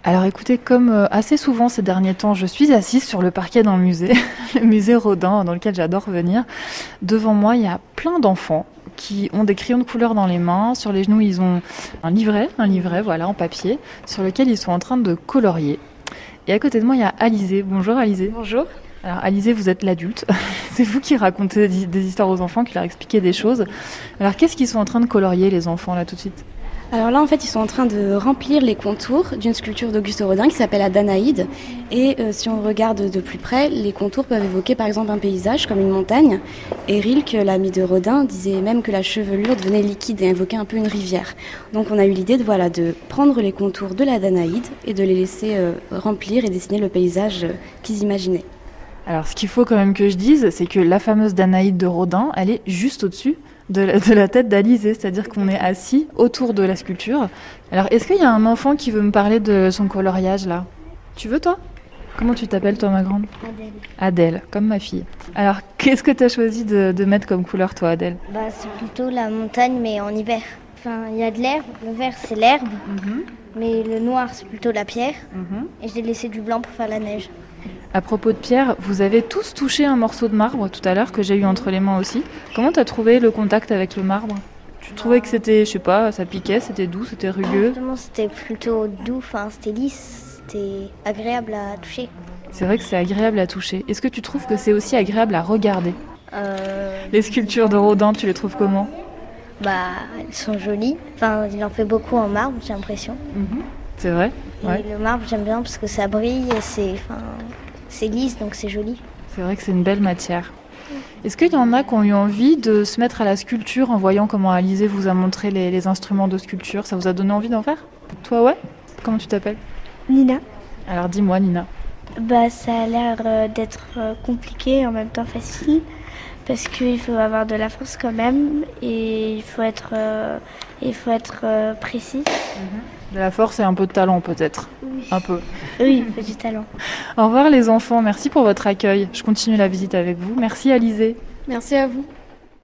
Alors écoutez, comme assez souvent ces derniers temps, je suis assise sur le parquet d'un musée, le musée Rodin, dans lequel j'adore venir. Devant moi, il y a plein d'enfants qui ont des crayons de couleur dans les mains. Sur les genoux, ils ont un livret, voilà, en papier, sur lequel ils sont en train de colorier. Et à côté de moi, il y a Alizée. Bonjour Alizée. Bonjour. Alors Alizée, vous êtes l'adulte. C'est vous qui racontez des histoires aux enfants, qui leur expliquez des choses. Alors qu'est-ce qu'ils sont en train de colorier, les enfants, là, tout de suite ? Alors là, en fait, ils sont en train de remplir les contours d'une sculpture d'Auguste Rodin qui s'appelle la Danaïde. Et si on regarde de plus près, les contours peuvent évoquer par exemple un paysage comme une montagne. Et Rilke, l'ami de Rodin, disait même que la chevelure devenait liquide et invoquait un peu une rivière. Donc on a eu l'idée de prendre les contours de la Danaïde et de les laisser remplir et dessiner le paysage qu'ils imaginaient. Alors ce qu'il faut quand même que je dise, c'est que la fameuse Danaïde de Rodin, elle est juste au-dessus de la tête d'Alizée, c'est-à-dire qu'on est assis autour de la sculpture. Alors, est-ce qu'il y a un enfant qui veut me parler de son coloriage, là ? Tu veux, toi ? Comment tu t'appelles, toi, ma grande ? Adèle. Adèle, comme ma fille. Alors, qu'est-ce que tu as choisi de mettre comme couleur, toi, Adèle ? C'est plutôt la montagne, mais en hiver. Enfin, il y a de l'herbe. Le vert, c'est l'herbe. Mais le noir, c'est plutôt la pierre. Et j'ai laissé du blanc pour faire la neige. À propos de pierre, vous avez tous touché un morceau de marbre tout à l'heure que j'ai eu entre les mains aussi. Comment tu as trouvé le contact avec le marbre ? Tu trouvais que c'était, je sais pas, ça piquait, c'était doux, c'était rugueux ? Justement, c'était plutôt doux, c'était lisse, c'était agréable à toucher. C'est vrai que c'est agréable à toucher. Est-ce que tu trouves que c'est aussi agréable à regarder ? Les sculptures de Rodin, tu les trouves comment ? Elles sont jolies. Enfin, il en fait beaucoup en marbre, j'ai l'impression. C'est vrai ? Ouais. Et le marbre, j'aime bien parce que ça brille et c'est lisse, donc c'est joli. C'est vrai que c'est une belle matière. Est-ce qu'il y en a qui ont eu envie de se mettre à la sculpture en voyant comment Alizée vous a montré les instruments de sculpture ? Ça vous a donné envie d'en faire ? Toi, ouais ? Comment tu t'appelles ? Nina. Alors dis-moi, Nina. Ça a l'air d'être compliqué et en même temps facile parce qu'il faut avoir de la force quand même et il faut être précis. De la force et un peu de talent peut-être. Oui. Un peu. Oui, il faut du talent. Au revoir les enfants, merci pour votre accueil. Je continue la visite avec vous. Merci Alizée. Merci à vous.